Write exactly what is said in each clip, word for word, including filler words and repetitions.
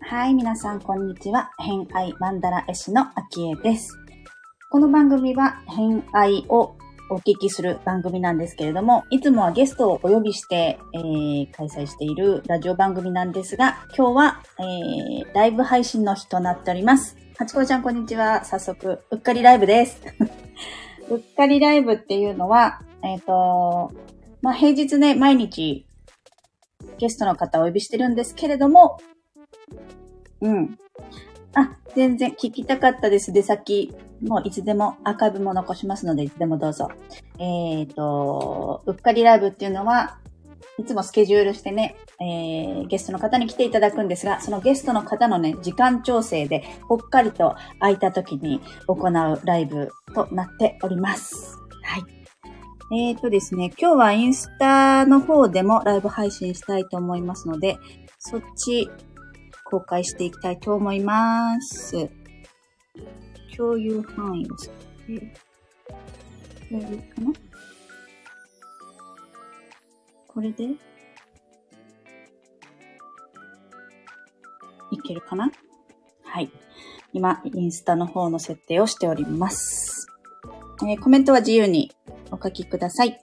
はい、皆さんこんにちは。偏愛マンダラ絵師のあきえです。この番組は偏愛をお聞きする番組なんですけれども、いつもはゲストをお呼びして、えー、開催しているラジオ番組なんですが、今日は、えー、ライブ配信の日となっております。はちこちゃんこんにちは。早速、うっかりライブです。うっかりライブっていうのは、えっと、まあ、平日ね、毎日ゲストの方をお呼びしてるんですけれども、うん。あ、全然聞きたかったです。で、先、もういつでもアーカイブも残しますので、いつでもどうぞ。えっと、うっかりライブっていうのは、いつもスケジュールしてね、えー、ゲストの方に来ていただくんですが、そのゲストの方のね、時間調整で、ぽっかりと空いた時に行うライブとなっております。はい。えーとですね、今日はインスタの方でもライブ配信したいと思いますので、そっち、公開していきたいと思います。共有範囲を設定。共有かな？これでいけるかな？はい。今、インスタの方の設定をしております。えー、コメントは自由にお書きください。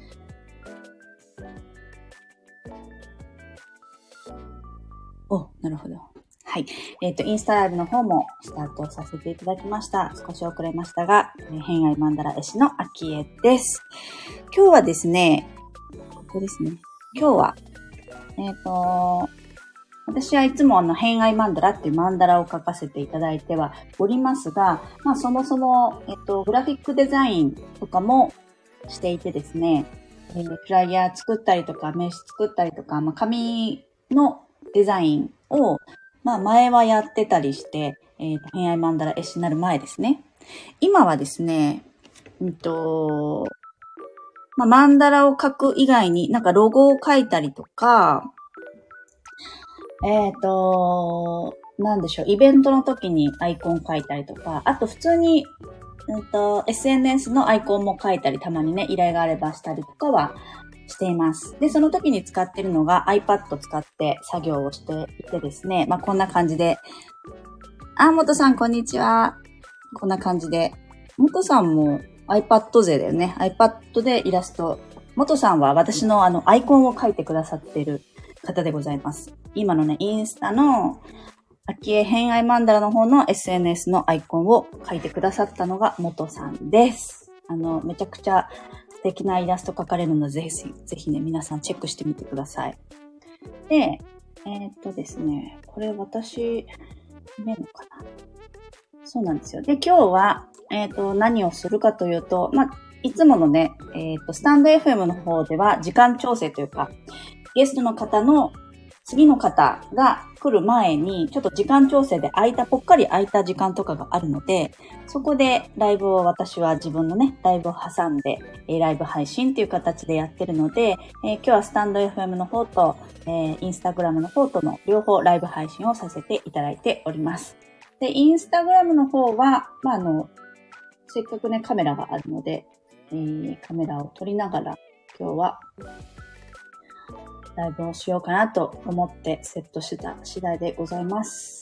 お、なるほど。はい。えっと、インスタライブの方もスタートさせていただきました。少し遅れましたが、偏愛マンダラ絵師のあきえです。今日はですね、ここですね。今日は、えっと、私はいつもあの、偏愛マンダラっていうマンダラを描かせていただいてはおりますが、まあそもそも、えっと、グラフィックデザインとかもしていてですね、えー、フライヤー作ったりとか、名刺作ったりとか、まあ紙のデザインを、まあ前はやってたりして、えー、偏愛マンダラ絵師になる前ですね。今はですね、うんと、まあマンダラを描く以外になんかロゴを描いたりとか、えっと、なんでしょう、イベントの時にアイコン描いたりとか、あと普通に、うんと、エスエヌエス のアイコンも描いたり、たまにね、依頼があればしたりとかはしています。で、その時に使ってるのが iPad 使って作業をしていてですね、まあ、こんな感じで。あ、元さんこんにちは。こんな感じで。元さんも iPad 勢だよね。iPad でイラスト。元さんは私のあのアイコンを描いてくださっている方でございます。今のね、インスタのあきえ偏愛マンダラの方の エスエヌエス のアイコンを描いてくださったのが元さんです。あの、めちゃくちゃ素敵なイラスト描かれるので、ぜひ、ぜひね、皆さんチェックしてみてください。で、えー、っとですね、これ私、見えるのかな？そうなんですよ。で、今日は、えー、っと、何をするかというと、まあ、いつものね、えー、っと、スタンド エフエム の方では時間調整というか、ゲストの方の次の方が来る前に、ちょっと時間調整で空いた、ぽっかり空いた時間とかがあるので、そこでライブを私は自分のね、ライブを挟んで、えー、ライブ配信っていう形でやってるので、えー、今日はスタンド エフエム の方と、えー、インスタグラムの方との両方ライブ配信をさせていただいております。で、インスタグラムの方は、まあ、あの、せっかくね、カメラがあるので、えー、カメラを撮りながら、今日は、ライブをしようかなと思ってセットした次第でございます。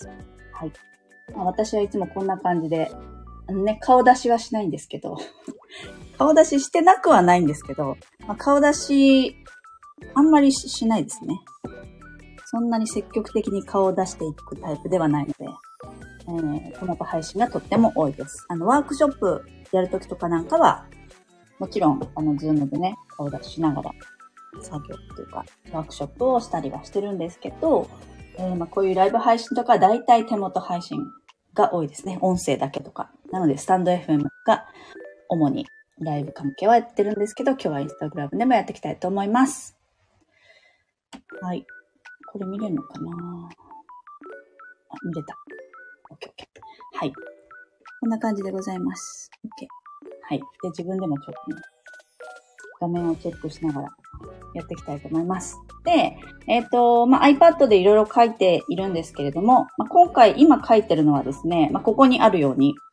はい。まあ、私はいつもこんな感じで、あのね、顔出しはしないんですけど、顔出ししてなくはないんですけど、まあ、顔出し、あんまり し, しないですね。そんなに積極的に顔を出していくタイプではないので、えー、この配信がとっても多いです。あの、ワークショップやるときとかなんかは、もちろん、あの、ズームでね、顔出ししながら、作業というか、ワークショップをしたりはしてるんですけど、えー、まあこういうライブ配信とか、だいたい手元配信が多いですね。音声だけとか。なので、スタンド エフエム が主にライブ関係はやってるんですけど、今日はインスタグラムでもやっていきたいと思います。はい。これ見れるのかな？あ、見れた。OK、OK。はい。こんな感じでございます。OK。はい。で、自分でもちょっとね、画面をチェックしながらやっていきたいと思います。で、えっと、まあ、iPad でいろいろ書いているんですけれども、まあ、今回今書いてるのはですね、まあ、ここにあるように、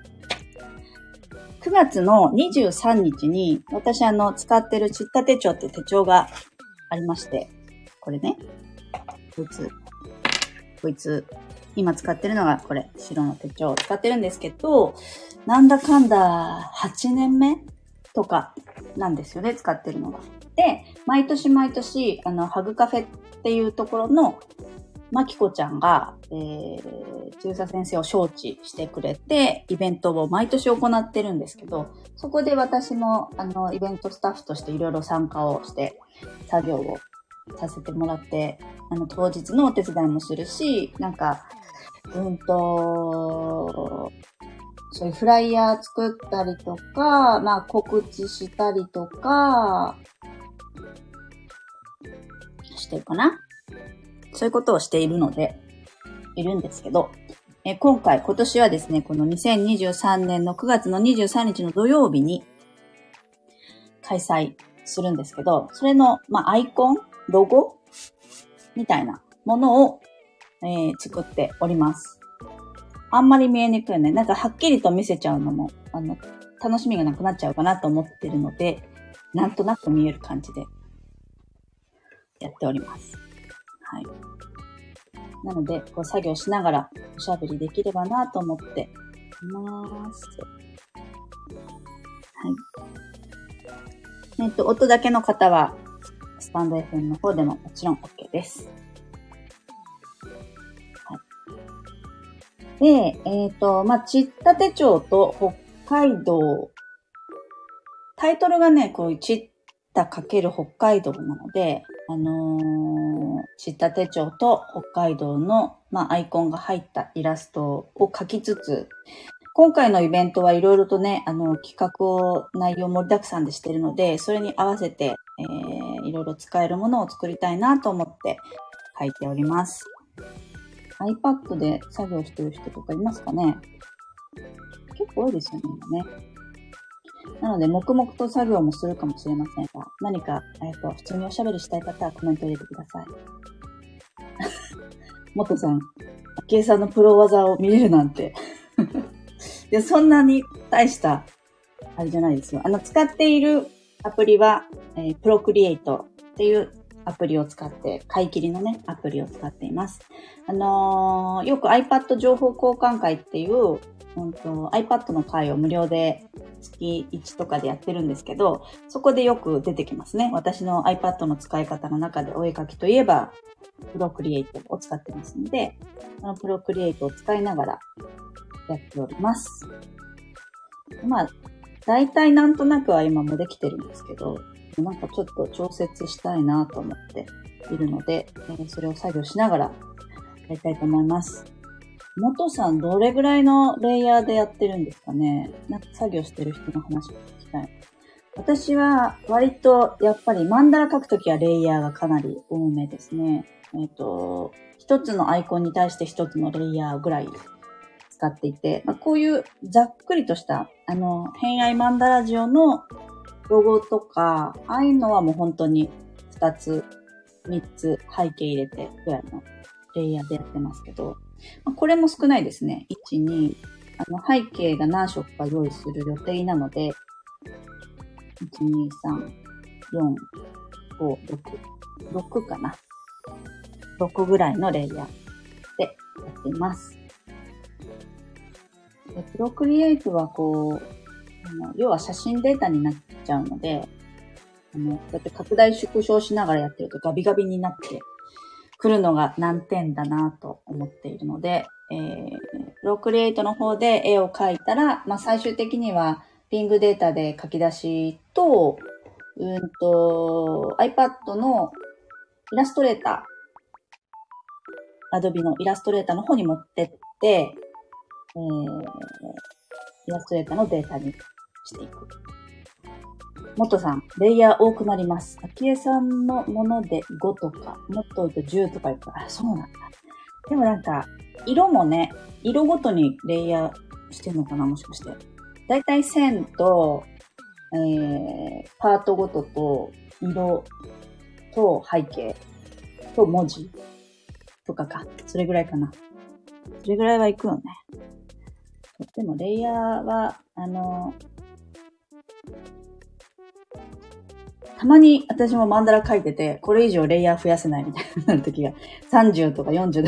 くがつのにじゅうさんにちに私あの使ってるチッタ手帳って手帳がありまして、これね、ブツ、 こいつ、今使ってるのがこれ、白の手帳を使ってるんですけど、なんだかんだはちねんめとかなんですよね、使ってるのが。で、毎年毎年、あの、ハグカフェっていうところの、まきこちゃんが、えー、中佐先生を招致してくれて、イベントを毎年行ってるんですけど、そこで私も、あの、イベントスタッフとしていろいろ参加をして、作業をさせてもらって、あの、当日のお手伝いもするし、なんか、うんと、そういうフライヤー作ったりとか、まあ告知したりとか、してるかな？そういうことをしているので、いるんですけど、え今回、今年はですね、このにせんにじゅうさんねんのくがつのにじゅうさんにちの土曜日に開催するんですけど、それの、まあ、アイコン、ロゴみたいなものを、えー、作っております。あんまり見えにくいね。なんかはっきりと見せちゃうのも、あの、楽しみがなくなっちゃうかなと思ってるので、なんとなく見える感じでやっております。はい。なので、こう作業しながらおしゃべりできればなと思っています。はい。えっと、音だけの方は、スタンド エフエム の方でももちろん OK です。はい。で、えっと、まあ、ちった手帳と北海道、タイトルがね、こう、ちった×北海道なので、あのー、ちった手帳と北海道の、まあ、アイコンが入ったイラストを描きつつ、今回のイベントはいろいろとね、あの、企画を、内容盛りだくさんでしてるので、それに合わせて、えー、いろいろ使えるものを作りたいなと思って書いております。iPad で作業してる人とかいますかね？結構多いですよね、今ね。なので、黙々と作業もするかもしれませんが、何か、えっと、普通におしゃべりしたい方はコメント入れてください。もとさん、あきえさんのプロ技を見れるなんて。いや、そんなに大した、あれじゃないですよ。あの、使っているアプリは、えー、プロクリエイトっていうアプリを使って、買い切りのね、アプリを使っています。あのー、よく iPad 情報交換会っていう、うんと、iPad の会を無料で月いちとかでやってるんですけど、そこでよく出てきますね。私の iPad の使い方の中でお絵描きといえば、プロクリエイトを使ってますので、そのプロクリエイトを使いながらやっております。まあ、大体なんとなくは今もできてるんですけど、なんかちょっと調節したいなと思っているので、えー、それを作業しながらやりたいと思います。元さんどれぐらいのレイヤーでやってるんですかね？なんか作業してる人の話を聞きたい。私は割とやっぱりマンダラ書くときはレイヤーがかなり多めですね。えっと、一つのアイコンに対して一つのレイヤーぐらい使っていて、まあ、こういうざっくりとした、あの、偏愛マンダラジオのロゴとか、ああいうのはもう本当に二つ、三つ背景入れてぐらいのレイヤーでやってますけど、まあ、これも少ないですね。いち、に、あの背景が何色か用意する予定なので、いち、に、さん、よん、ご、ろく、ろくかな。ろくぐらいのレイヤーでやっています。でプロクリエイトはこう、あの要は写真データになっちゃうので、あの、こうやって拡大縮小しながらやってるとガビガビになってくるのが難点だなと思っているので、えー、プロクリエイトの方で絵を描いたら、まあ、最終的にはピングデータで書き出しと、うんと、iPad のイラストレーター、Adobe のイラストレーターの方に持ってって、えー、イラストレーターのデータにしていく。もっとさん、レイヤー多くなります。あきえさんのものでごとか、もっと言うとじゅうとか言うから、あ、そうなんだ。でもなんか、色もね、色ごとにレイヤーしてんのかな、もしかして。だいたい線と、えー、パートごとと、色と背景と文字とかか。それぐらいかな。それぐらいは行くよね。でもレイヤーは、あの、たまに私もマンダラ書いてて、これ以上レイヤー増やせないみたいになる時がさんじゅうとかよんじゅうでなっ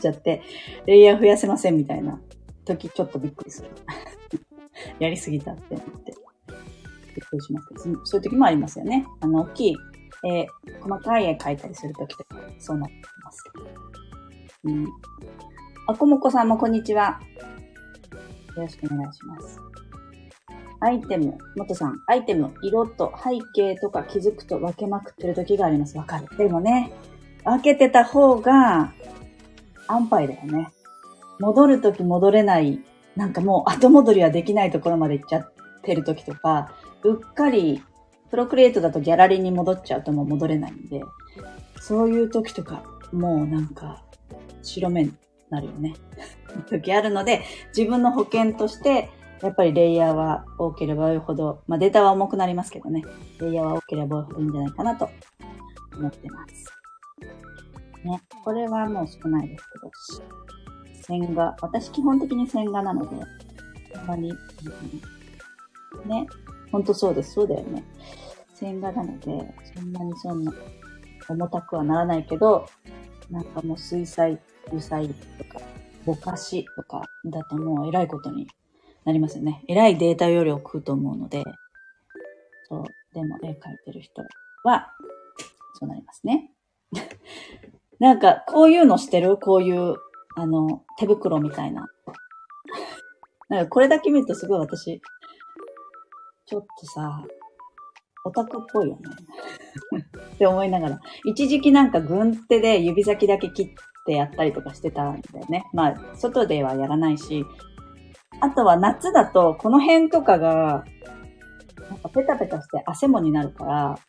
ちゃって、レイヤー増やせませんみたいな時ちょっとびっくりする。やりすぎたって思って。びっくりしますけど、そういう時もありますよね。あの、大きい、えー、細かい絵描いたりする時とか、そうなってます。うん。あこもこさんもこんにちは。よろしくお願いします。アイテム、もとさん、アイテム、色と背景とか気づくと分けまくってる時があります。わかる。でもね、分けてた方が安牌だよね。戻るとき戻れない、なんかもう後戻りはできないところまで行っちゃってるときとか、うっかりプロクリエイトだとギャラリーに戻っちゃうともう戻れないんで、そういうときとか、もうなんか白目になるよね。時あるので、自分の保険として、やっぱりレイヤーは多ければ多いほど、まあデータは重くなりますけどね、レイヤーは多ければ多いほどいいんじゃないかなと思ってます。ね、これはもう少ないですけど、線画、私基本的に線画なので、あまり、ね、ほんとそうです、そうだよね。線画なので、そんなにそんな重たくはならないけど、なんかもう水彩、油彩とか、ぼかしとかだともう偉いことになりますよね。偉いデータ容量を食うと思うので、そう、でも絵描いてる人は、そうなりますね。なんか、こういうのしてるこういう、あの、手袋みたいな。なんか、これだけ見るとすごい私、ちょっとさ、オタクっぽいよね。って思いながら。一時期なんか軍手で指先だけ切ってやったりとかしてたんだよね。まあ、外ではやらないし。あとは夏だと、この辺とかが、なんかペタペタして汗もになるから、あの、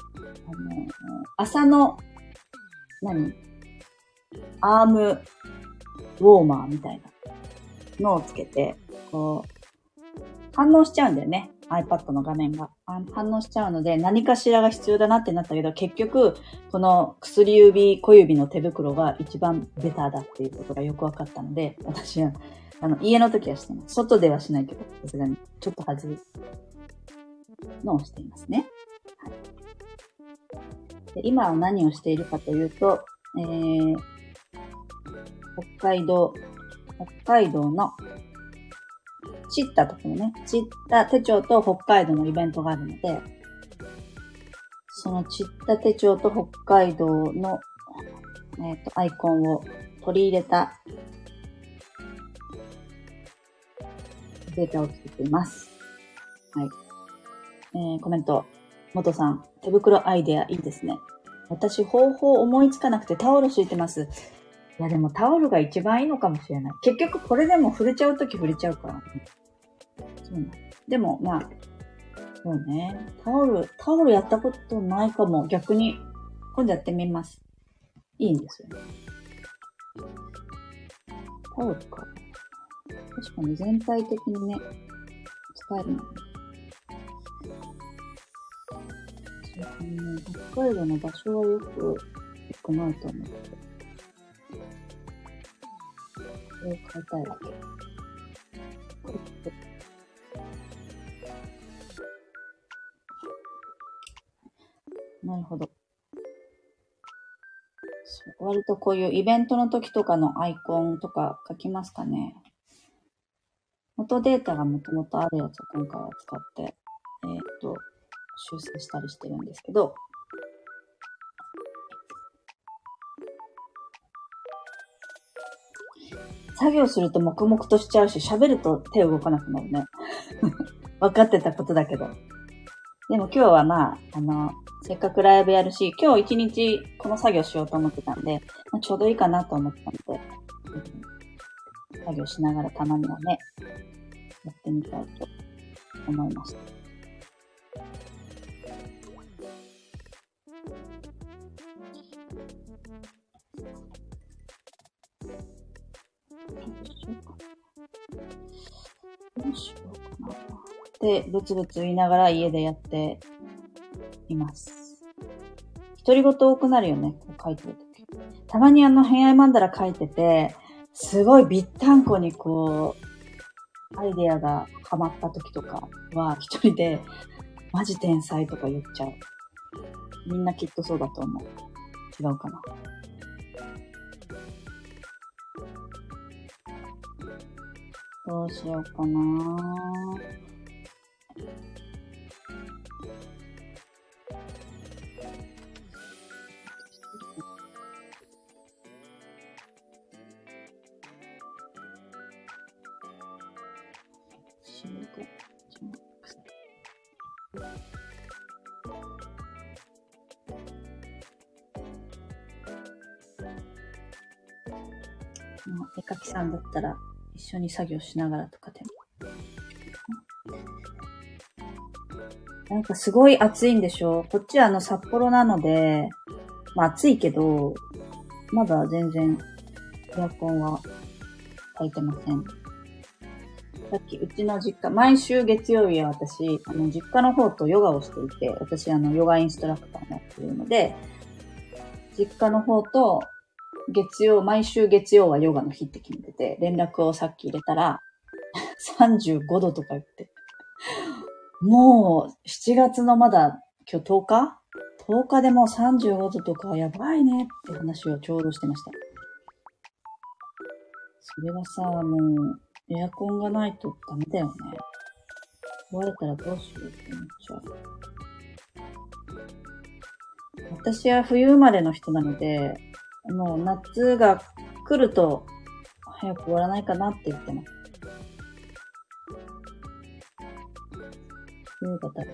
朝の、何アームウォーマーみたいなのをつけて、こう、反応しちゃうんだよね。iPad の画面が。反応しちゃうので、何かしらが必要だなってなったけど、結局、この薬指、小指の手袋が一番ベターだっていうことがよくわかったので、私は、あの、家の時はしてます。外ではしないけど、さすがに、ちょっと外すのをしていますね。はい。で、今は何をしているかというと、えー、北海道、北海道のチッタとこのね、チッタ手帳と北海道のイベントがあるので、そのチッタ手帳と北海道の、えっと、アイコンを取り入れたデータを作っています。はい。えー、コメント。元さん、手袋アイデアいいですね。私、方法思いつかなくてタオル敷いてます。いや、でもタオルが一番いいのかもしれない。結局これでも触れちゃうとき触れちゃうから。そうなんでも、まあ、そうね。タオル、タオルやったことないかも。逆に、今度やってみます。いいんですよね。タオルか。確かに全体的にね、使えるのね。そうね。北海道の場所はよく、よくないと思うけど。これを変えたいわけ。なるほど。そう割とこういうイベントの時とかのアイコンとか書きますかね。元データがもともとあるやつを今回は使って、えっと、修正したりしてるんですけど、作業すると黙々としちゃうし、喋ると手動かなくなるね。分かってたことだけど。でも今日はまあ、あの、せっかくライブやるし、今日一日この作業しようと思ってたんで、まあ、ちょうどいいかなと思ったので、うん、作業しながらたまにはね、やってみたいと思いました。どうしようかな。で、ブツブツ言いながら家でやっています。独り言多くなるよね、こう書いてるとき。たまにあの、偏愛マンダラ書いてて、すごいびったんこにこう、アイデアがハマったときとかは、一人で、マジ天才とか言っちゃう。みんなきっとそうだと思う。違うかな。 どうしようかな。絵描きさんだったら一緒に作業しながらとかでも。なんかすごい暑いんでしょ？こっちはあの札幌なので、まあ暑いけど、まだ全然エアコンは焚いてません。さっきうちの実家、毎週月曜日は私、あの実家の方とヨガをしていて、私あのヨガインストラクターになっているので、実家の方と月曜、毎週月曜はヨガの日って決めてて、連絡をさっき入れたら、さんじゅうごどとか言って、もうしちがつのまだ今日とおか ?とお 日でもうさんじゅうごどとかやばいねって話をちょうどしてました。それはさ、もうエアコンがないとダメだよね。壊れたらどうしようって思っちゃう。私は冬生まれの人なので、もう夏が来ると早く終わらないかなって言ってます。冬が大好き。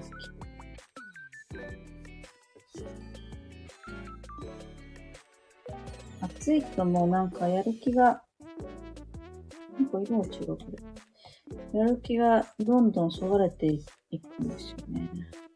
暑いともうなんかやる気が、なんか色が違うこれ。やる気がどんどんそがれていくんですよね。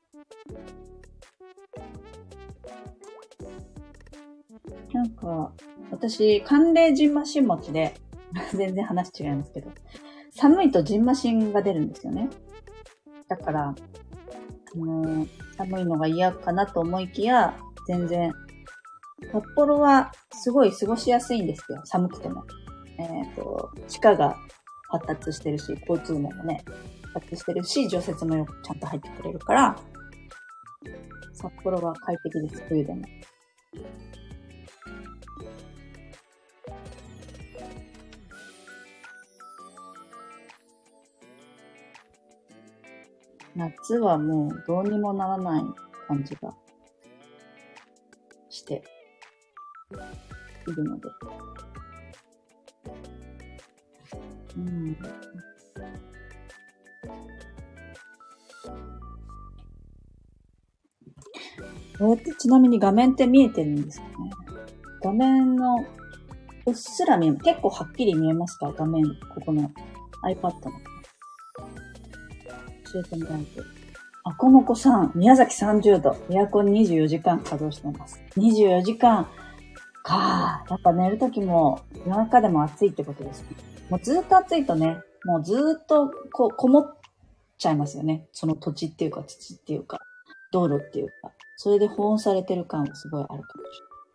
なんか、私、寒冷ジンマシン持ちで、全然話違いますけど、寒いとジンマシンが出るんですよね。だから、あのー、寒いのが嫌かなと思いきや、全然、札幌はすごい過ごしやすいんですよ。寒くても。えっと、地下が発達してるし、交通網もね、発達してるし、除雪もよくちゃんと入ってくれるから、札幌は快適です、冬でも。夏はもうどうにもならない感じがしているので。うん。こうやってちなみに画面って見えてるんですかね。画面のうっすら見えます。結構はっきり見えますか？画面、ここの iPad の。教えてもらえて。あこもこさん、宮崎さんじゅうど、エアコンにじゅうよじかん稼働してます。にじゅうよじかんかぁ。やっぱ寝るときも夜中でも暑いってことですね。もうずーっと暑いとね、もうずーっとこう、こもっちゃいますよね。その土地っていうか土っていうか、道路っていうか。それで保温されてる感はすごいあるかもしれない。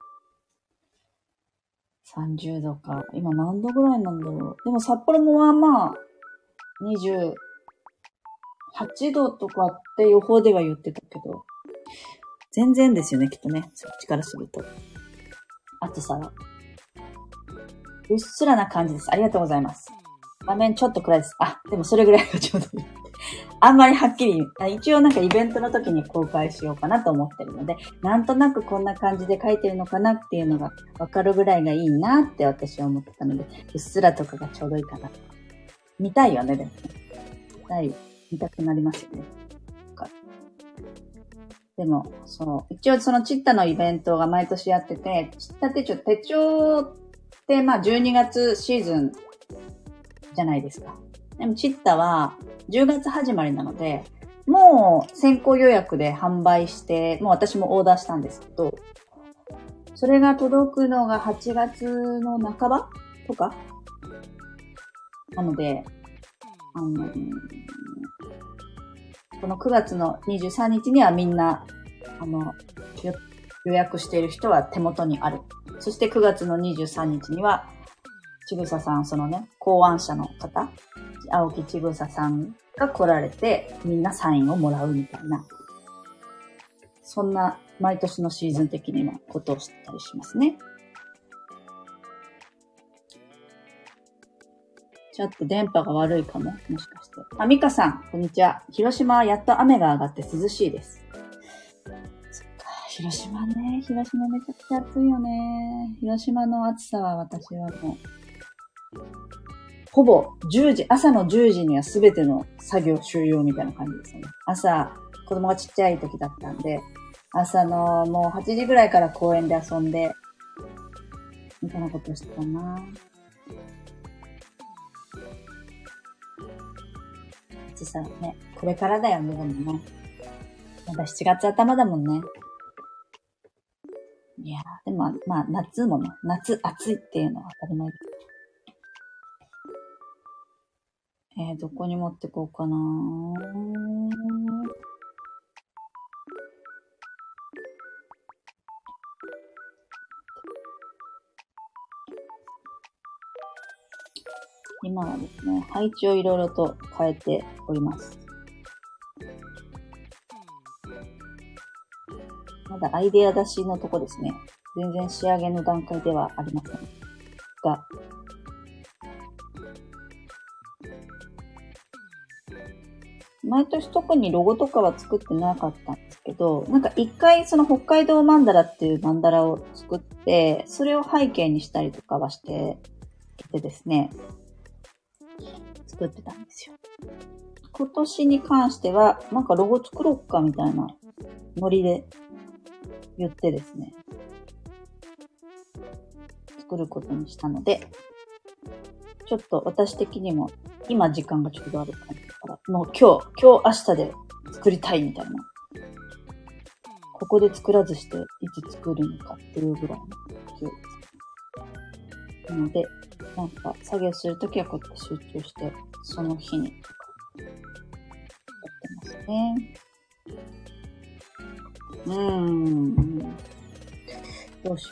さんじゅうどか。今何度ぐらいなんだろう。でも札幌もまあまあ、にじゅうはちどとかって予報では言ってたけど、全然ですよね、きっとね。そっちからすると。暑さは。うっすらな感じです。ありがとうございます。画面ちょっと暗いです。あ、でもそれぐらいがちょうどいい。あんまりはっきり、一応なんかイベントの時に公開しようかなと思ってるので、なんとなくこんな感じで書いてるのかなっていうのがわかるぐらいがいいなって私は思ってたので、うっすらとかがちょうどいいかな。見たいよね、でも。見たい、見たくなりますよね。でも、そう、一応そのチッタのイベントが毎年やってて、チッタ手帳、手帳ってまあじゅうにがつシーズンじゃないですか。でもチッタはじゅうがつ始まりなので、もう先行予約で販売して、もう私もオーダーしたんですけど、それが届くのがはちがつの半ばとかなので、あの、このくがつのにじゅうさんにちにはみんな、あの、予約している人は手元にある。そしてくがつのにじゅうさんにちには、ちぐささん、そのね、考案者の方、青木ちぐささんが来られて、みんなサインをもらうみたいな。そんな、毎年のシーズン的にはことをしてたりしますね。 ちょっと電波が悪いかも。もしかして。あ、ミカさん、こんにちは。広島はやっと雨が上がって涼しいです。そっか、広島ね。広島めちゃくちゃ暑いよね。広島の暑さは私はもう、ほぼじゅうじ、朝のじゅうじにはすべての作業終了みたいな感じですね。朝、子供がちっちゃい時だったんで、朝のもうはちじぐらいから公園で遊んで、みたいなことしてたな。暑さね、これからだよね、でもね。まだしちがつ頭だもんね。いやー、でもまあ夏もね、夏暑いっていうのは当たり前です。えー、どこに持ってこうかなー。今はですね、配置をいろいろと変えております。まだアイデア出しのとこですね。全然仕上げの段階ではありませんが、毎年特にロゴとかは作ってなかったんですけど、なんか一回その北海道マンダラっていうマンダラを作って、それを背景にしたりとかはしていてですね、作ってたんですよ。今年に関しては、なんかロゴ作ろうかみたいなノリで言ってですね、作ることにしたので、ちょっと私的にも今時間がちょうどある感じだから、もう今日、今日明日で作りたいみたいな。ここで作らずしていつ作るのかっていうぐらいの勢いです。なので、なんか作業するときはこうやって集中して、その日にとかやってますね。うーん。どうしよ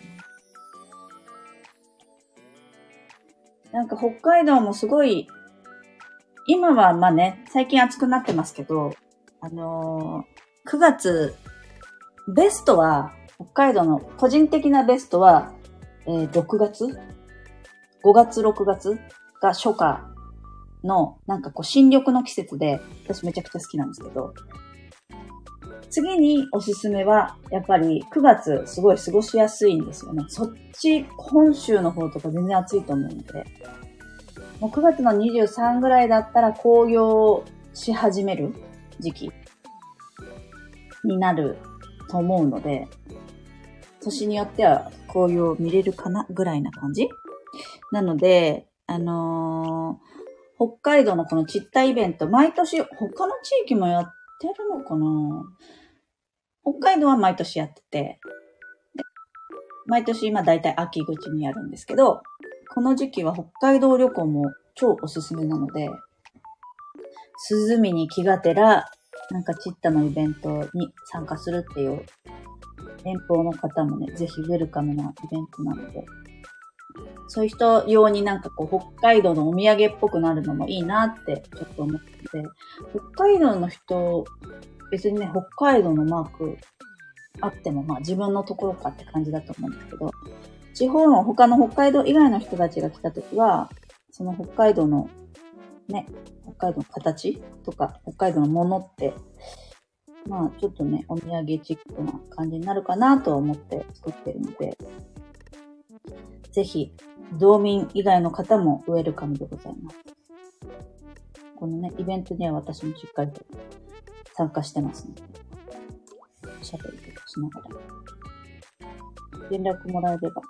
う。なんか北海道もすごい、今はまあね、最近暑くなってますけど、あのー、くがつ、ベストは、北海道の個人的なベストは、えー、ろくがつ ?ご 月、ろくがつが初夏の、なんかこう新緑の季節で、私めちゃくちゃ好きなんですけど、次におすすめは、やっぱりくがつすごい過ごしやすいんですよね。そっち、本州の方とか全然暑いと思うので、もうくがつのにじゅうさんぐらいだったら紅葉し始める時期になると思うので、年によっては紅葉見れるかなぐらいな感じなので、あのー、北海道のこのチッタイベント、毎年他の地域もやってるのかな？北海道は毎年やってて、毎年今だいたい秋口にやるんですけど、この時期は北海道旅行も超おすすめなので、涼みに気がてら、なんかチッタのイベントに参加するっていう、遠方の方もね、ぜひウェルカムなイベントなので、そういう人用になんかこう、北海道のお土産っぽくなるのもいいなってちょっと思ってて、北海道の人、別にね、北海道のマークあっても、まあ自分のところかって感じだと思うんですけど、地方の他の北海道以外の人たちが来たときは、その北海道のね、北海道の形とか、北海道のものって、まあちょっとね、お土産チックな感じになるかなと思って作ってるので、ぜひ、道民以外の方もウェルカムでございます。このね、イベントには私もしっかりと参加してますので、喋りとかしながら、連絡もらえれば、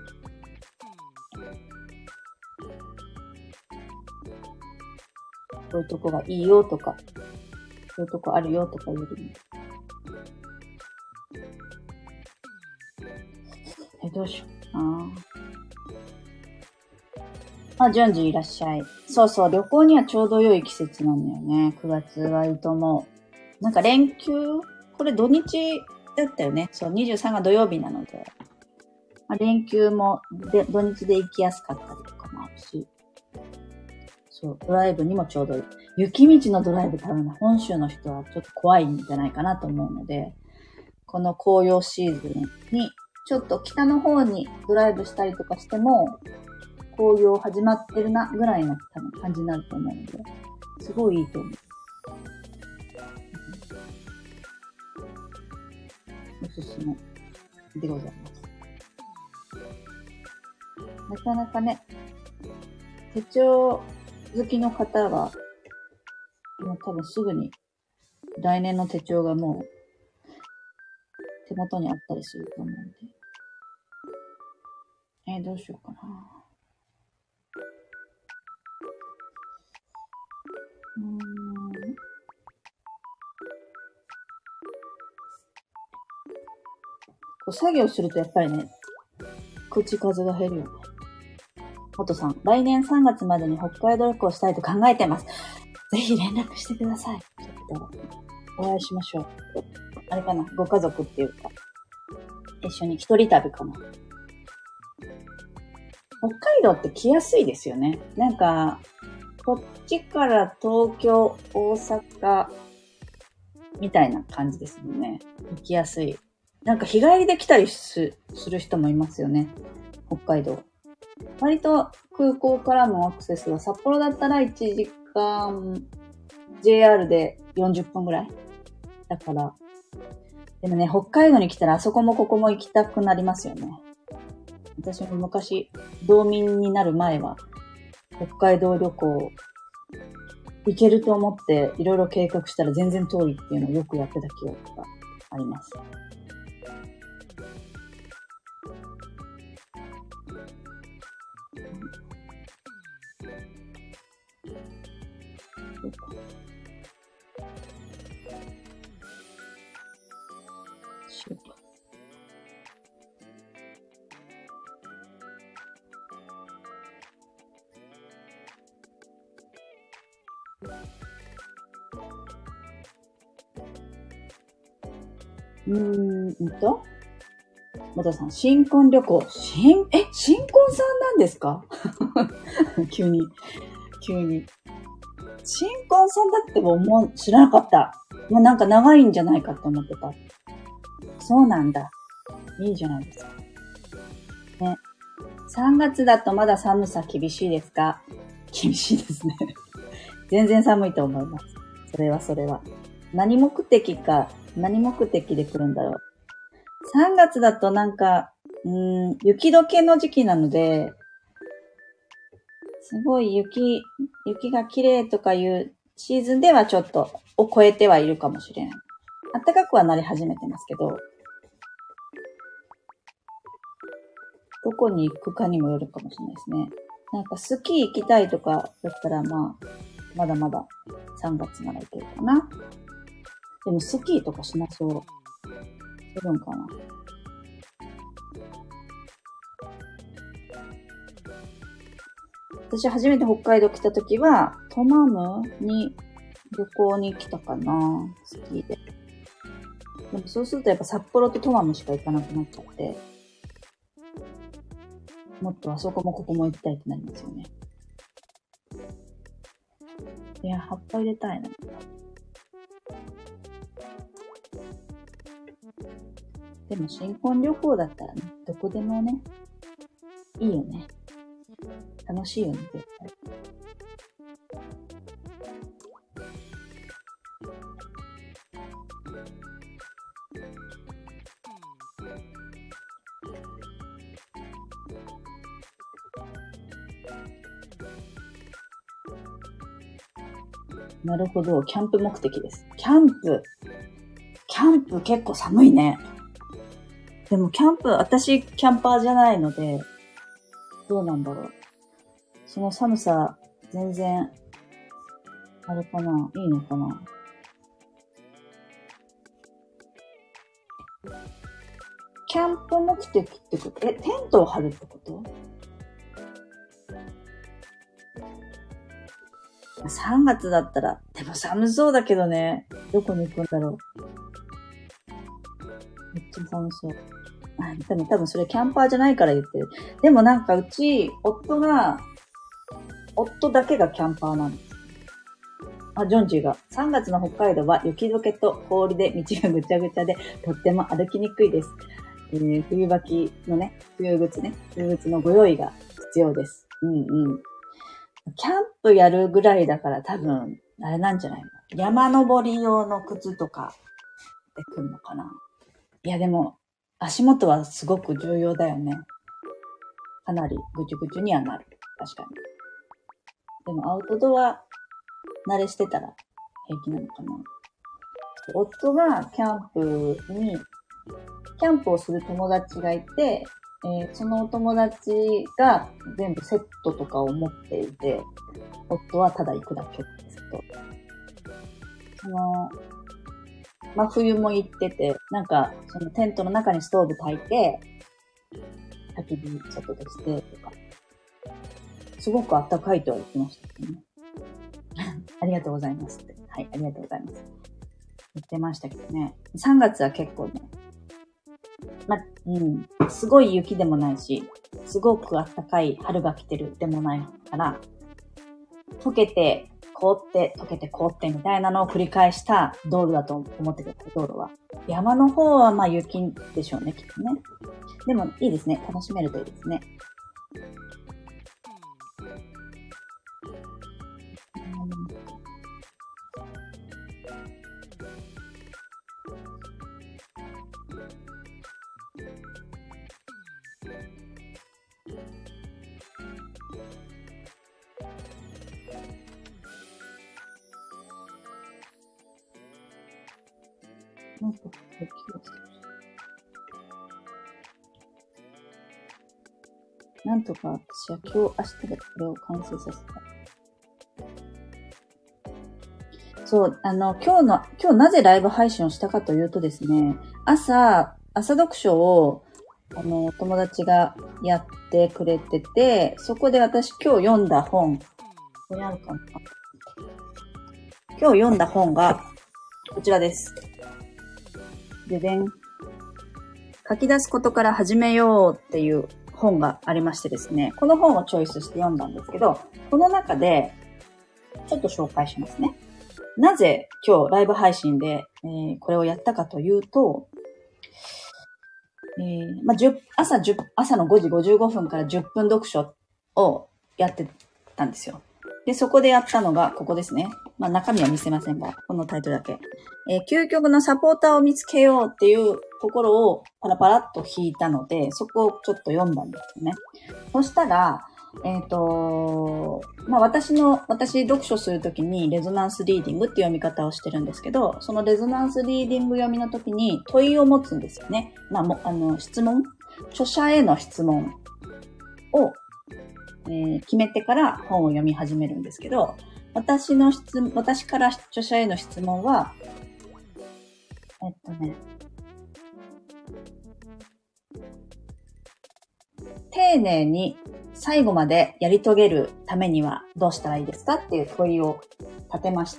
こういうとこがいいよとか、そういうとこあるよとか言えるので。え、どうしようかな。あ、順次いらっしゃい。そうそう、旅行にはちょうど良い季節なんだよね。くがつはいいと思う。なんか連休これ土日だったよね。そう、にじゅうさんが土曜日なので。まあ、連休もで土日で行きやすかったりとかもあるし。そう、ドライブにもちょうどいい。雪道のドライブ多分本州の人はちょっと怖いんじゃないかなと思うので、この紅葉シーズンにちょっと北の方にドライブしたりとかしても、 紅葉始まってるな、ぐらいの多分感じになると思うので、すごいいいと思う。おすすめでございます。なかなかね、手帳好きの方は、もう多分すぐに来年の手帳がもう手元にあったりすると思うんで。えー、どうしようかな。うーん。こう作業するとやっぱりね、口数が減るよね。もとさん、来年さんがつまでに北海道旅行したいと考えてます。ぜひ連絡してください。ちょっとお会いしましょう。あれかな、ご家族っていうか、一緒に一人旅かな。北海道って来やすいですよね。なんか、こっちから東京、大阪、みたいな感じですもんね。行きやすい。なんか日帰りで来たりする人もいますよね。北海道。割と空港からのアクセスは札幌だったらいちじかん ジェイアール でよんじゅっぷんぐらいだから。でもね、北海道に来たらあそこもここも行きたくなりますよね。私も昔道民になる前は北海道旅行行けると思っていろいろ計画したら全然遠いっていうのをよくやってた記憶があります。うーんと、またさん、新婚旅行、新、え、新婚さんなんですか急に、急に。新婚さんだっても思う、知らなかった。もうなんか長いんじゃないかって思ってた。そうなんだ。いいじゃないですか。ね。さんがつだとまだ寒さ厳しいですか？厳しいですね。全然寒いと思います。それはそれは。何目的か、何目的で来るんだろう。さんがつだとなんか、うーん、雪解けの時期なので、すごい雪、雪が綺麗とかいうシーズンではちょっとを超えてはいるかもしれない。暖かくはなり始めてますけど、どこに行くかにもよるかもしれないですね。なんかスキー行きたいとかだったらまあ、まだまださんがつならいけるかな。でもスキーとかしなそう。するんかな。私初めて北海道来た時は、トマムに旅行に来たかな、スキーで。でもそうするとやっぱ札幌とトマムしか行かなくなっちゃって、もっとあそこもここも行きたいってなりますよね。いや、葉っぱ入れたいな。でも新婚旅行だったらね、どこでもね、いいよね。楽しいよね、絶対。なるほど、キャンプ目的です。キャンプ。キャンプ結構寒いね。でもキャンプ、私キャンパーじゃないので、どうなんだろう。その寒さ、全然、あれかな、いいのかな。キャンプ目的ってこと、え、テントを張るってこと？さんがつだったら、でも寒そうだけどね。どこに行くんだろう。めっちゃ寒そう。あ、でも多分それキャンパーじゃないから言ってる。でもなんかうち、夫が、夫だけがキャンパーなんです。あ、ジョンジーが。さんがつの北海道は雪解けと氷で道がぐちゃぐちゃで、とっても歩きにくいです。えー、冬履きのね、冬靴ね、冬靴のご用意が必要です。 うんうん。キャンプやるぐらいだから多分、あれなんじゃないの？山登り用の靴とかで来るのかな。いやでも、足元はすごく重要だよね。かなりぐちゅぐちゅにはなる。確かに。でもアウトドア慣れしてたら平気なのかな。夫がキャンプに、キャンプをする友達がいて、えー、そのお友達が全部セットとかを持っていて、夫はただ行くだけですけど、その、真冬も行ってて、なんか、そのテントの中にストーブ焚いて、焚き火外でしてとか、すごく暖かいとは言ってましたけどね。ありがとうございますって。はい、ありがとうございます。言ってましたけどね。さんがつは結構ね、ま、うん、すごい雪でもないし、すごく暖かい春が来てるでもないから、溶けて、凍って、溶けて凍ってみたいなのを繰り返した道路だと思ってください、道路は。山の方はまあ雪でしょうね、きっとね。でもいいですね。楽しめるといいですね。なんか気がする。なんとか私は今日明日でこれを完成させた。そう、あの、今日の、今日なぜライブ配信をしたかというとですね、朝、朝読書を、あの、友達がやってくれてて、そこで私今日読んだ本、ここにあるかな？今日読んだ本が、こちらです。ででん。書き出すことから始めようっていう本がありましてですね、この本をチョイスして読んだんですけど、この中で、ちょっと紹介しますね。なぜ今日ライブ配信で、えー、これをやったかというと、えーまあ、朝じゅう朝のごじごじゅうごふんからじゅっぷん読書をやってたんですよ。で、そこでやったのがここですね。まあ中身は見せませんが、このタイトルだけ。えー、究極のサポーターを見つけようっていうところをパラパラっと引いたので、そこをちょっと読んだんですよね。そしたら、えっと、まあ私の、私読書するときにレゾナンスリーディングっていう読み方をしてるんですけど、そのレゾナンスリーディング読みのときに問いを持つんですよね。まあも、あの、質問著者への質問を、えー、決めてから本を読み始めるんですけど、私の質、私から著者への質問は、えっとね、丁寧に最後までやり遂げるためにはどうしたらいいですかっていう問いを立てまして、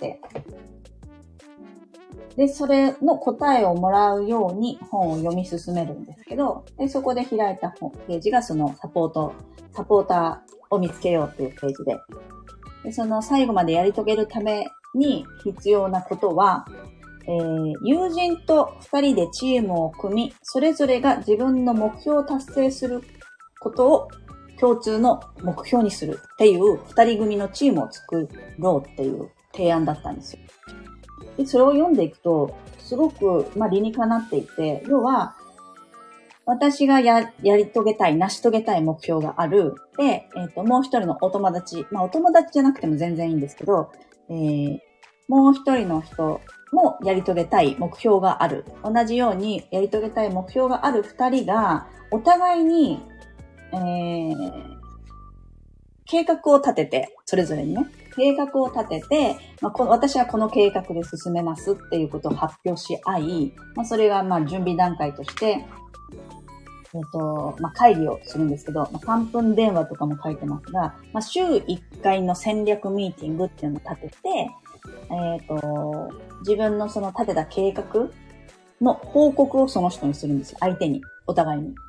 で、それの答えをもらうように本を読み進めるんですけど、でそこで開いたページがそのサポート、サポーターを見つけようっていうページで、でその最後までやり遂げるために必要なことは、えー、友人と二人でチームを組み、それぞれが自分の目標を達成することを共通の目標にするっていう二人組のチームを作ろうっていう提案だったんですよ。で、それを読んでいくと、すごく、まあ、理にかなっていて、要は、私がや、やり遂げたい、成し遂げたい目標がある。で、えっと、もう一人のお友達、まあ、お友達じゃなくても全然いいんですけど、えー、もう一人の人もやり遂げたい目標がある。同じようにやり遂げたい目標がある二人が、お互いに、えー、計画を立てて、それぞれにね、計画を立てて、まあ、こ私はこの計画で進めますっていうことを発表し合い、まあ、それがまあ準備段階として、えっと、まあ、会議をするんですけど、まあ、さんぷん電話とかも書いてますが、まあ、週いっかいの戦略ミーティングっていうのを立てて、えっと、自分のその立てた計画の報告をその人にするんですよ。相手に、お互いに。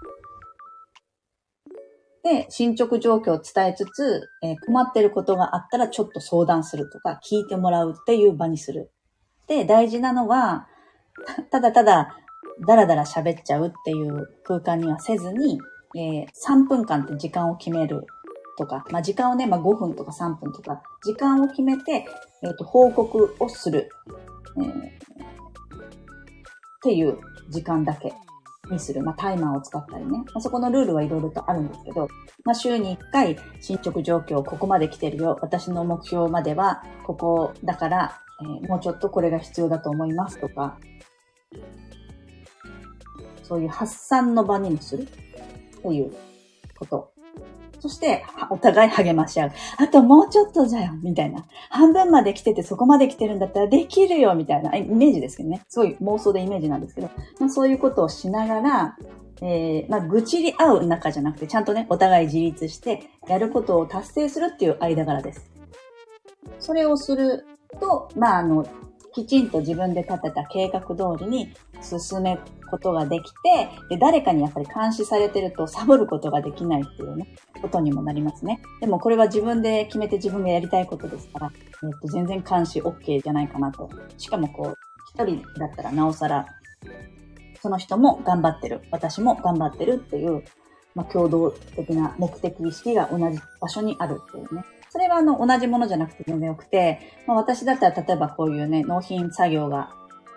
で、進捗状況を伝えつつ、えー、困ってることがあったらちょっと相談するとか、聞いてもらうっていう場にする。で、大事なのは、ただただ、だらだら喋っちゃうっていう空間にはせずに、えー、さんぷんかんって時間を決めるとか、まあ時間をね、まあごふんとかさんぷんとか、時間を決めて、えっと、報告をする、えー。っていう時間だけにする。まあタイマーを使ったりね。まあ、そこのルールはいろいろとあるんですけど、まあ週にいっかい進捗状況ここまで来てるよ。私の目標まではここだから、えー、もうちょっとこれが必要だと思いますとか、そういう発散の場にもするということ。そして、お互い励まし合う。あともうちょっとじゃよ、みたいな。半分まで来ててそこまで来てるんだったらできるよ、みたいなイメージですけどね。すごい妄想でイメージなんですけど、まあ、そういうことをしながら、えー、まあ、愚痴り合う仲じゃなくて、ちゃんとね、お互い自立して、やることを達成するっていう間柄です。それをすると、まあ、あの、きちんと自分で立てた計画通りに進めることができて、で、誰かにやっぱり監視されてるとサボることができないっていうね、ことにもなりますね。でもこれは自分で決めて自分がやりたいことですから、えっと、全然監視 OK じゃないかなと。しかもこう、一人だったらなおさら、その人も頑張ってる、私も頑張ってるっていう、まあ、共同的な目的意識が同じ場所にあるっていうね。それはあの、同じものじゃなくて全然よくて、まあ、私だったら例えばこういうね、納品作業が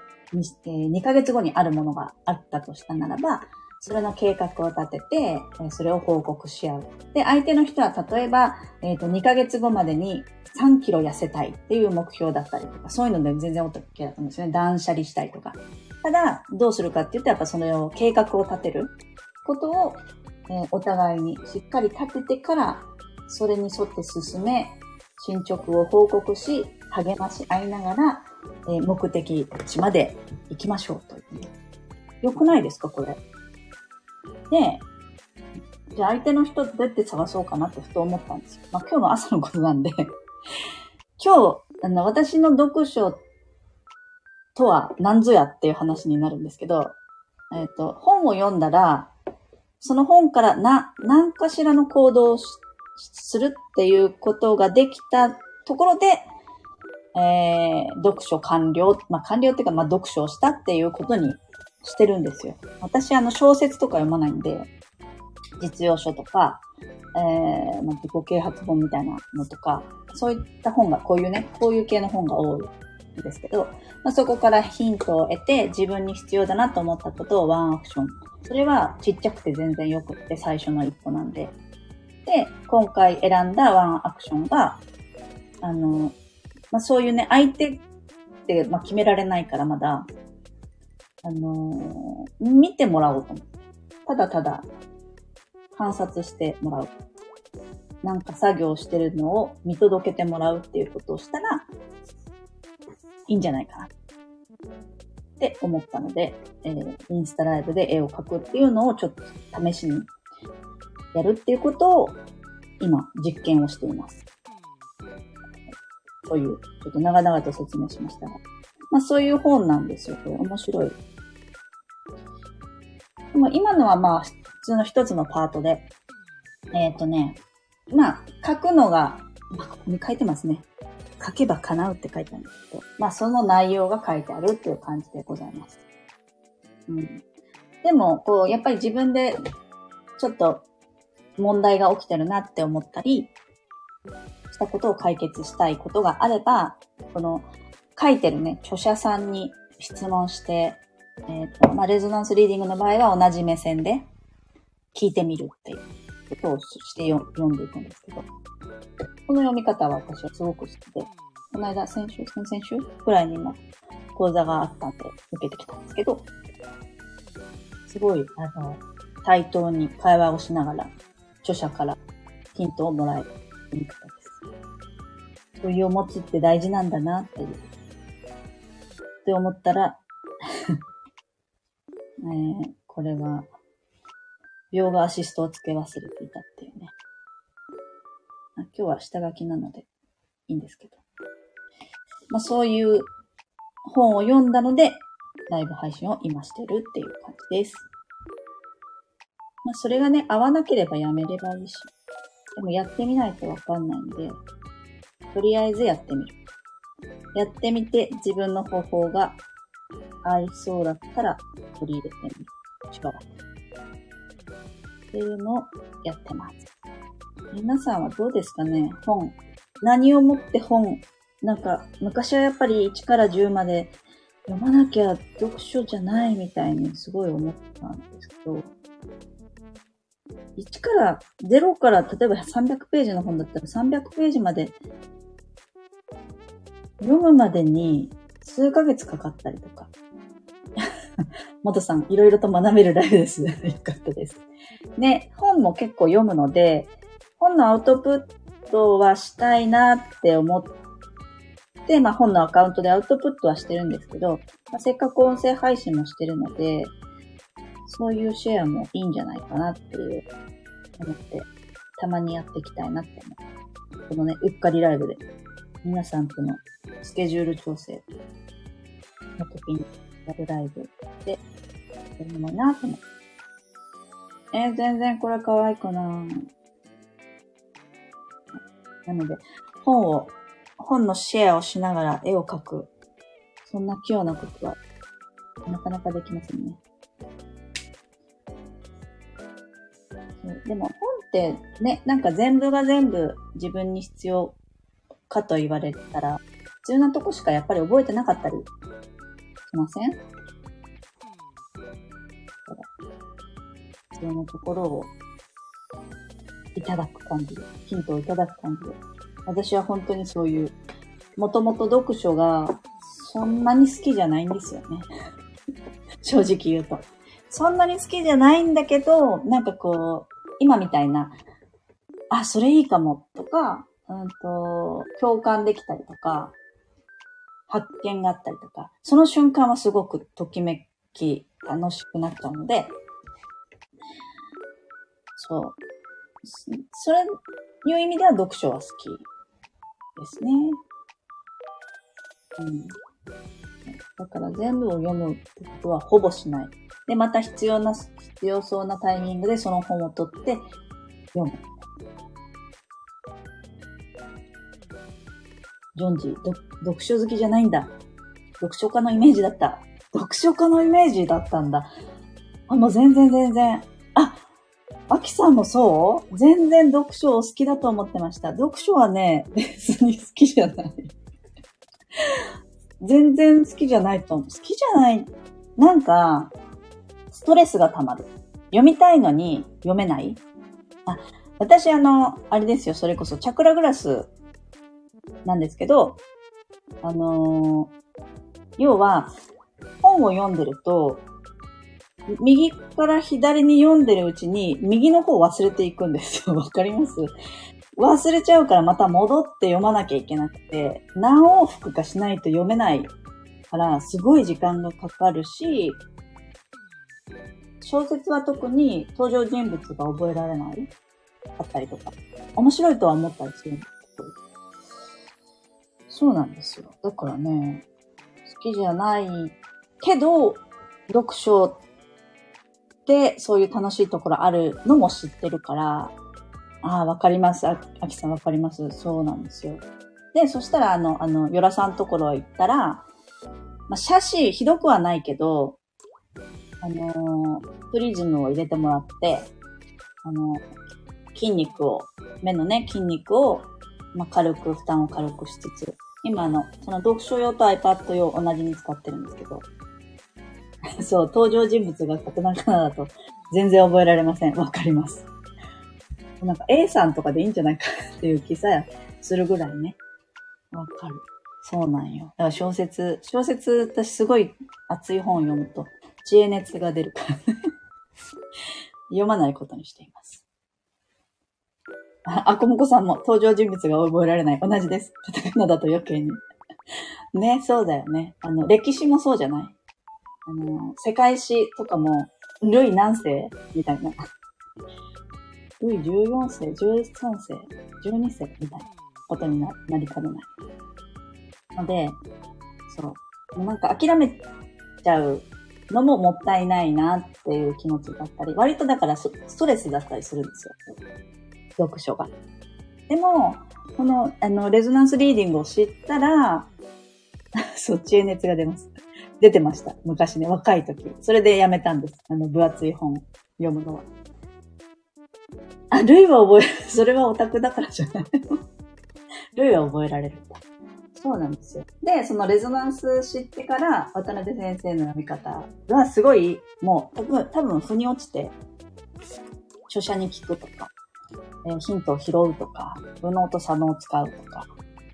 2, にかげつごにあるものがあったとしたならば、それの計画を立てて、それを報告し合う。で、相手の人は例えば、えっと、にかげつごまでにさんキロ痩せたいっていう目標だったりとか、そういうので全然 OK だと思うんですよね。断捨離したいとか。ただ、どうするかって言って、やっぱそれを計画を立てることを、えー、お互いにしっかり立ててから、それに沿って進め、進捗を報告し、励まし合いながら、えー、目的地まで行きましょうという、ね。よくないですか、これ。で、じゃあ相手の人どうやって探そうかなってふと思ったんですよ。まあ今日の朝のことなんで、今日、あの、私の読書とは何ぞやっていう話になるんですけど、えっと、本を読んだら、その本からな、何かしらの行動をするっていうことができたところで、えー、読書完了、まあ、完了っていうか、まあ、読書をしたっていうことにしてるんですよ。私、あの、小説とか読まないんで、実用書とか、えー、まあ、自己啓発本みたいなのとか、そういった本が、こういうね、こういう系の本が多いんですけど、まあ、そこからヒントを得て、自分に必要だなと思ったことをワンアクション。それはちっちゃくて全然よくって最初の一歩なんで。で、今回選んだワンアクションが、あの、まあ、そういうね、相手って、まあ、決められないからまだ、あのー、見てもらおうと思って。ただただ観察してもらう。なんか作業してるのを見届けてもらうっていうことをしたら、いいんじゃないかな。って思ったので、えー、インスタライブで絵を描くっていうのをちょっと試しにやるっていうことを今実験をしています。そういう、ちょっと長々と説明しましたが。まあそういう本なんですよ。これ面白い。でも今のはまあ普通の一つのパートで、えっとね、まあ書くのが、まあここに書いてますね。書けば叶うって書いてあるんですけど、まあその内容が書いてあるっていう感じでございます。うん。でも、こう、やっぱり自分でちょっと問題が起きてるなって思ったり、したことを解決したいことがあれば、この書いてるね、著者さんに質問して、えっと、まあ、レゾナンスリーディングの場合は同じ目線で聞いてみるっていうことをして読んでいくんですけど、この読み方は私はすごく好きで、この間、先週、先々週くらいにも講座があったんで受けてきたんですけど、すごい、あの、対等に会話をしながら、著者からヒントをもらえる読み方です。問いを持つって大事なんだなっていう。って思ったら、えー、これは、描画アシストを付け忘れていたっていうね。今日は下書きなのでいいんですけど。まあそういう本を読んだので、ライブ配信を今してるっていう感じです。まあそれがね、合わなければやめればいいし。でもやってみないとわかんないんで、とりあえずやってみる。やってみて自分の方法が合いそうだったら取り入れてみる。違う。っていうのをやってます。 皆さんはどうですかね？本。何をもって本。なんか、昔はやっぱりいちからじゅうまで読まなきゃ読書じゃないみたいにすごい思ったんですけど、いちから、ゼロから例えばさんびゃくページの本だったらさんびゃくページまで読むまでに数ヶ月かかったりとか。元さん、いろいろと学べるライブです。よかったです。ね、本も結構読むので、本のアウトプットはしたいなって思って、まあ本のアカウントでアウトプットはしてるんですけど、まあ、せっかく音声配信もしてるので、そういうシェアもいいんじゃないかなっていう思って、たまにやっていきたいなって思う。このね、うっかりライブで、皆さんとのスケジュール調整の時にやるライブで、やるのもいいなと思って。えー、全然これ可愛いかな。なので、本を、本のシェアをしながら絵を描く。そんな器用なことは、なかなかできませんね。でも本ってね、なんか全部が全部自分に必要かと言われたら、必要なとこしかやっぱり覚えてなかったりしません？必要なところをいただく感じで、ヒントをいただく感じで。私は本当にそういう、もともと読書がそんなに好きじゃないんですよね。正直言うと。そんなに好きじゃないんだけど、なんかこう、今みたいな、あ、それいいかもとか、うんと、共感できたりとか、発見があったりとか、その瞬間はすごくときめき、楽しくなっちゃうので、そう。それいう意味では読書は好きですね。うん。だから全部を読むってことはほぼしない。で、また必要な、必要そうなタイミングでその本を取って読む。ジョンジ、読書好きじゃないんだ。読書家のイメージだった。読書家のイメージだったんだ。あ、もう全然全然。あ、アキさんもそう全然読書を好きだと思ってました。読書はね、別に好きじゃない。全然好きじゃないと思う。好きじゃない。なんか、ストレスが溜まる。読みたいのに読めない。あ、私あの、あれですよ、それこそチャクラグラスなんですけど、あのー、要は、本を読んでると、右から左に読んでるうちに、右の方忘れていくんですよ。わかります？忘れちゃうからまた戻って読まなきゃいけなくて、何往復かしないと読めないから、すごい時間がかかるし、小説は特に登場人物が覚えられないあったりとか、面白いとは思ったりするんですけど、そうなんですよ。だからね、好きじゃないけど、読書ってそういう楽しいところあるのも知ってるから、ああ、わかります。あ、あきさんわかります。そうなんですよ。で、そしたら、あの、あの、よらさんのところ行ったら、まあ、写真ひどくはないけど、あのー、プリズムを入れてもらって、あの、筋肉を、目のね、筋肉を、まあ、軽く、負担を軽くしつつ、今あの、その読書用と iPad 用同じに使ってるんですけど、そう、登場人物がカタカナだと全然覚えられません。わかります。なんか A さんとかでいいんじゃないかっていう気さえするぐらいね。わかる。そうなんよ。だから小説、小説私すごい熱い本を読むと知恵熱が出るから読まないことにしています。あ、あこもこさんも登場人物が覚えられない。同じです。カタカナだと余計に。ね、そうだよね。あの、歴史もそうじゃない？あの、世界史とかも、ルイ何世みたいな。ルイじゅうよん世、じゅうさん世、じゅうに世みたいなことに な, なりかねない。ので、そう。もうなんか諦めちゃうのももったいないなっていう気持ちだったり、割とだからストレスだったりするんですよ。読書が。でも、この、あの、レゾナンスリーディングを知ったら、そう、知恵熱が出ます。出てました。昔ね、若い時。それでやめたんです。あの、分厚い本読むのは。 あ、ルイは覚え、それはオタクだからじゃない。ルイは覚えられる。そうなんですよ。で、そのレゾナンス知ってから、渡辺先生の読み方はすごい、もう、多分、多分、腑に落ちて、著者に聞くとか、えー、ヒントを拾うとか、右脳と左脳を使うとか。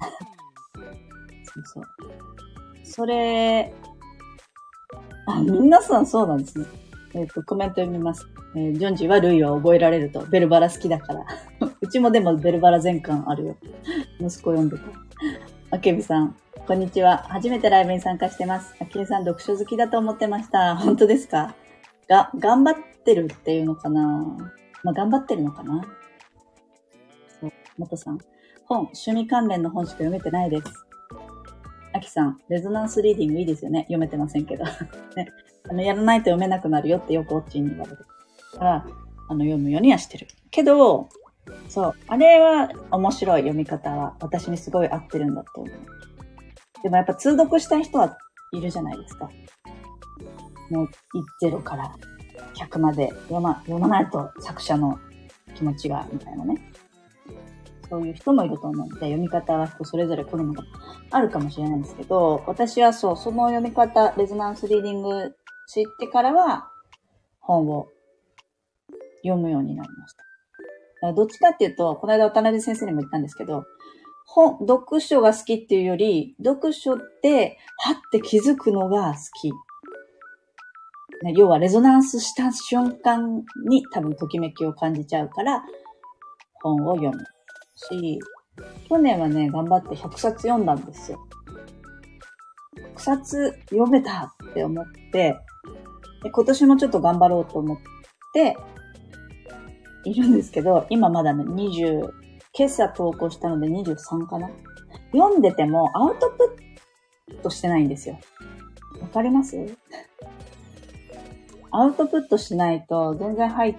そうそう。それ、あ、皆さんそうなんですね。えっと、コメント読みます。えー、ジョンジはルイは覚えられると。ベルバラ好きだから。うちもでもベルバラ全巻あるよ。息子読んでた。あけびさん、こんにちは。初めてライブに参加してます。あきえさん、読書好きだと思ってました。本当ですか？が、頑張ってるっていうのかな？まあ、頑張ってるのかな？そう。もとさん、本、趣味関連の本しか読めてないです。あきさん、レゾナンスリーディングいいですよね。読めてませんけど。ね、あの、やらないと読めなくなるよってよくオッチーに言われるから、あの、読むようにはしてる。けど、そう、あれは面白い読み方は、私にすごい合ってるんだと思う。でもやっぱ通読したい人はいるじゃないですか。もう、ゼロからひゃくまで読ま、読まないと作者の気持ちが、みたいなね。そういう人もいると思うので、読み方は人それぞれ好みがあるかもしれないんですけど、私はそう、その読み方、レゾナンスリーディング知ってからは、本を読むようになりました。だからどっちかっていうと、この間渡辺先生にも言ったんですけど、本、読書が好きっていうより、読書ってはって気づくのが好き。要はレゾナンスした瞬間に多分ときめきを感じちゃうから、本を読むし、去年はね、頑張ってひゃくさつ読んだんですよ。ひゃくさつ読めたって思って、で今年もちょっと頑張ろうと思っているんですけど、今まだね、にじゅう、今朝投稿したのでにじゅうさんかな。読んでてもアウトプットしてないんですよ。わかります？アウトプットしないと全然入っ、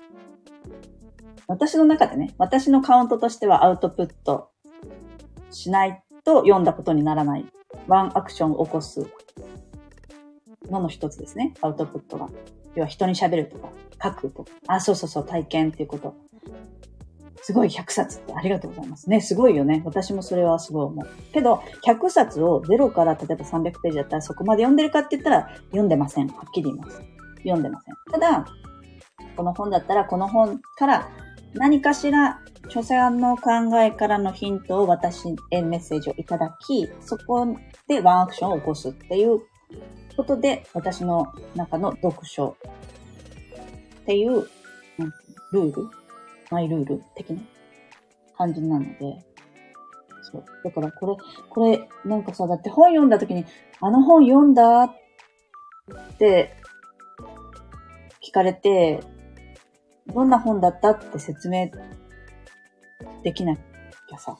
私の中でね、私のカウントとしてはアウトプットしないと読んだことにならない。ワンアクションを起こすのの一つですね。アウトプットが。要は人に喋るとか、書くとか。あ、そうそうそう、体験っていうこと。すごいひゃくさつってありがとうございますね。すごいよね。私もそれはすごい思う。けど、ひゃくさつをゼロから例えばさんびゃくページだったらそこまで読んでるかって言ったら読んでません。はっきり言います。読んでません。ただ、この本だったらこの本から何かしら著者の考えからのヒントを私へメッセージをいただき、そこでワンアクションを起こすっていうことで、私の中の読書っていう、ルールマイルール的な感じなので。そう。だからこれ、これ、なんかさ、だって本読んだ時に、あの本読んだって聞かれて、どんな本だったって説明できなきゃさ、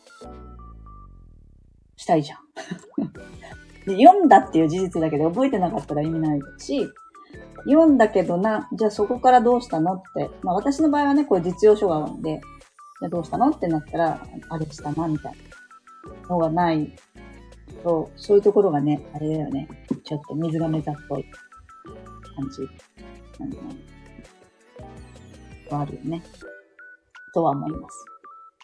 したいじゃん。で読んだっていう事実だけで覚えてなかったら意味ないし、読んだけどな、じゃあそこからどうしたのって、まあ私の場合はね、こう実用書があるんで、じゃあどうしたのってなったら、あれしたな、みたいなのがないと、そういうところがね、あれだよね、ちょっと水亀座っぽい感じなんでね、があるよね、とは思います。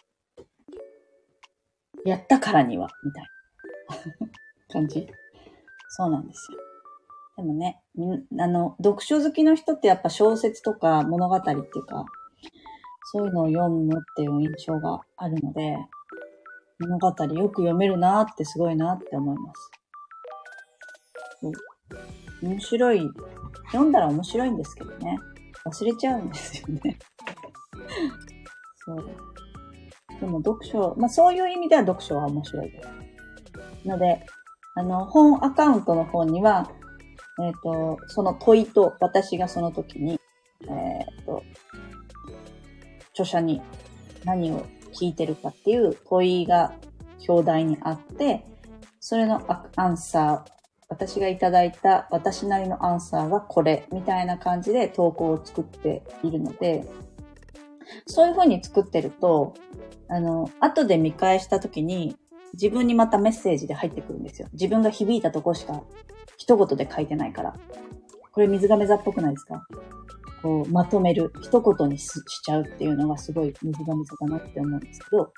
やったからには、みたいな感じ。そうなんですよ。でもね、あの、読書好きの人ってやっぱ小説とか物語っていうか、そういうのを読むっていう印象があるので、物語よく読めるなーってすごいなって思います。そう。面白い。読んだら面白いんですけどね。忘れちゃうんですよね。そう。でも読書、まあそういう意味では読書は面白いです。ので、あの、本アカウントの方には、えっと、その問いと私がその時に、えっと、著者に何を聞いてるかっていう問いが表題にあって、それのアンサー、私がいただいた私なりのアンサーがこれみたいな感じで投稿を作っているので、そういう風に作ってると、あの、後で見返した時に自分にまたメッセージで入ってくるんですよ。自分が響いたとこしか一言で書いてないから。これ水亀座っぽくないですか？ こう、まとめる、一言に し, しちゃうっていうのがすごい水が水だなって思うんですけど、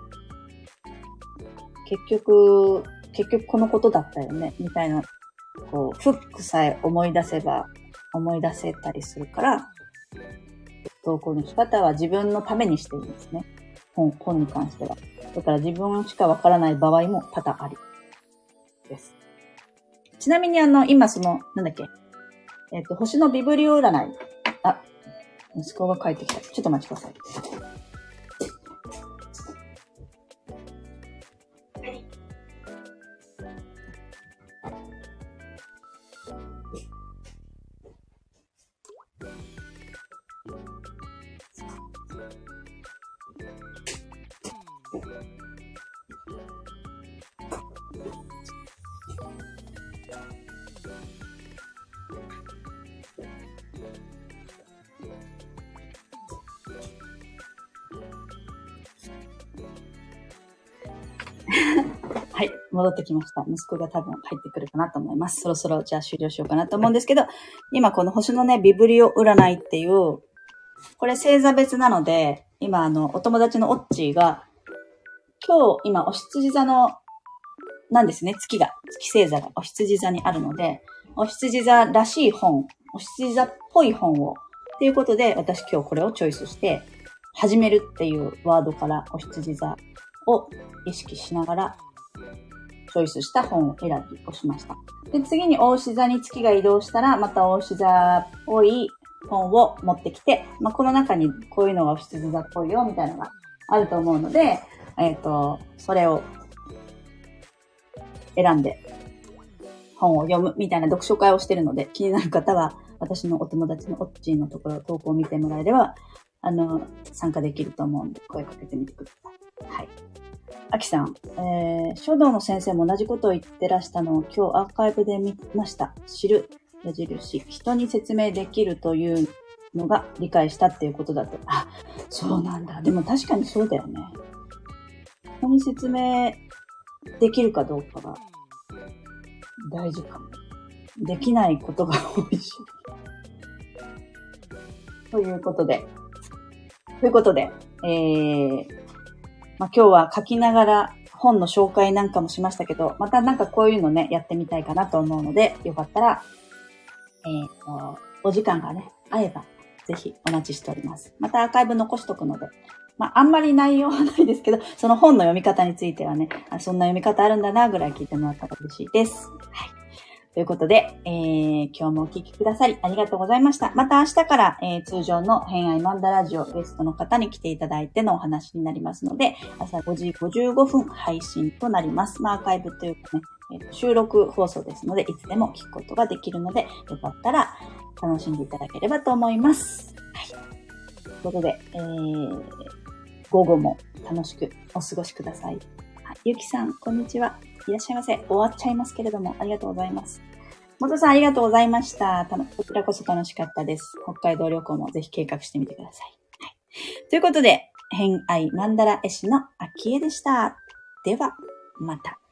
結局、結局このことだったよね、みたいな、こう、フックさえ思い出せば、思い出せたりするから、投稿の仕方は自分のためにしてるんですね。本、本に関しては。だから自分しかわからない場合も多々ありです。ちなみにあの、今その、なんだっけ、えっと、星のビブリオ占い。あ、息子が帰ってきた。ちょっとお待ちください。はい、戻ってきました。息子が多分入ってくるかなと思います。そろそろじゃあ終了しようかなと思うんですけど、今この星のね、ビブリオ占いっていう、これ星座別なので、今あの、お友達のオッチーが、今日今お羊座の、なんですね、月が、月星座がお羊座にあるので、お羊座らしい本、お羊座っぽい本を、っていうことで私今日これをチョイスして、始めるっていうワードからお羊座を意識しながら、チョイスした本を選びをしました。で、次に牡牛座に月が移動したら、また牡牛座っぽい本を持ってきて、まあ、この中にこういうのが牡牛座っぽいよ、みたいなのがあると思うので、えっと、それを選んで本を読むみたいな読書会をしているので、気になる方は私のお友達のオッチーのところ投稿を見てもらえれば、あの、参加できると思うんで、声かけてみてください。はい。あきさん、えー、書道の先生も同じことを言ってらしたのを今日アーカイブで見ました。知る、矢印、人に説明できるというのが理解したっていうことだと。あ、そうなんだ。でも確かにそうだよね。人に説明できるかどうかが大事かも。できないことが多いし。ということで、ということで、えー、まあ、今日は書きながら本の紹介なんかもしましたけど、またなんかこういうのね、やってみたいかなと思うので、よかったら、えっと、お時間がね、合えば、ぜひお待ちしております。またアーカイブ残しとくので、まあ、あんまり内容はないですけど、その本の読み方についてはね、あ、そんな読み方あるんだな、ぐらい聞いてもらったら嬉しいです。はい。ということで、えー、今日もお聞きくださりありがとうございました。また明日から、えー、通常の偏愛マンダラジオゲストの方に来ていただいてのお話になりますので、朝ごじごじゅうごふん配信となります。まあ、アーカイブというかね、えー、収録放送ですので、いつでも聞くことができるので、よかったら楽しんでいただければと思います。はい。ということで、えー、午後も楽しくお過ごしください。はい、ゆきさん、こんにちは。いらっしゃいませ。終わっちゃいますけれども、ありがとうございます。元さん、ありがとうございました。たのこちらこそ楽しかったです。北海道旅行もぜひ計画してみてください。はい。ということで、偏愛マンダラ絵師のあきえでした。では、また。